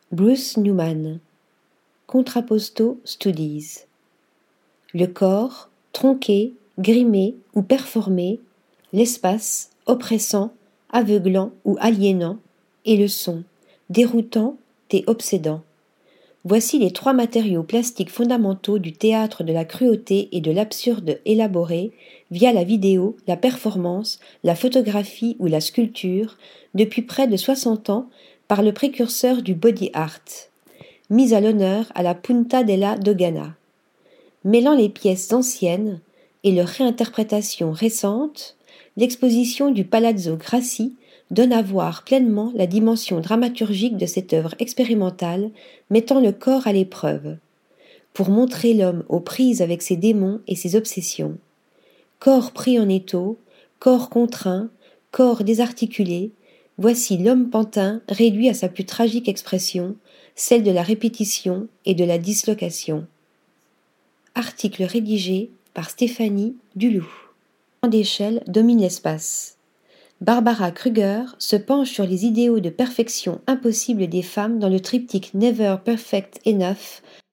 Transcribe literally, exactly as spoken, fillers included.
Bruce Newman. Contrapposto Studies. Le corps, tronqué, grimé ou performé, l'espace, oppressant, aveuglant ou aliénant, et le son, déroutant et obsédant. Voici les trois matériaux plastiques fondamentaux du théâtre de la cruauté et de l'absurde élaboré, via la vidéo, la performance, la photographie ou la sculpture, depuis près de soixante ans, par le précurseur du body art, mis à l'honneur à la Punta della Dogana. Mêlant les pièces anciennes et leur réinterprétation récente, l'exposition du Palazzo Grassi donne à voir pleinement la dimension dramaturgique de cette œuvre expérimentale mettant le corps à l'épreuve, pour montrer l'homme aux prises avec ses démons et ses obsessions. Corps pris en étau, corps contraint, corps désarticulé, voici l'homme pantin réduit à sa plus tragique expression, celle de la répétition et de la dislocation. Article rédigé par Stéphanie Duloup. Grande échelle domine l'espace. Barbara Kruger se penche sur les idéaux de perfection impossible des femmes dans le triptyque Never Perfect Enough